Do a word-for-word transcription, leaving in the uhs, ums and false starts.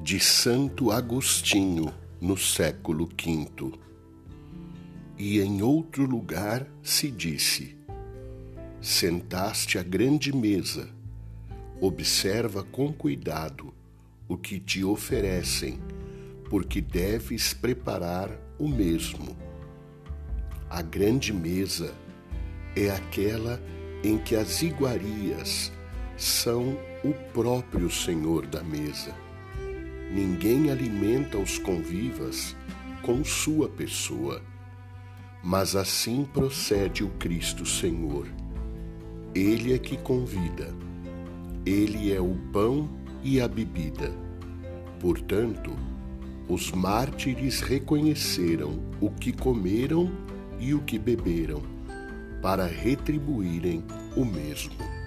de Santo Agostinho, no século quinto. E em outro lugar se disse: sentaste à grande mesa, observa com cuidado o que te oferecem, porque deves preparar o mesmo. A grande mesa é aquela em que as iguarias são o próprio Senhor da mesa. Ninguém alimenta os convivas com sua pessoa, mas assim procede o Cristo Senhor. Ele é que convida, ele é o pão e a bebida. Portanto, os mártires reconheceram o que comeram e o que beberam, para retribuírem o mesmo.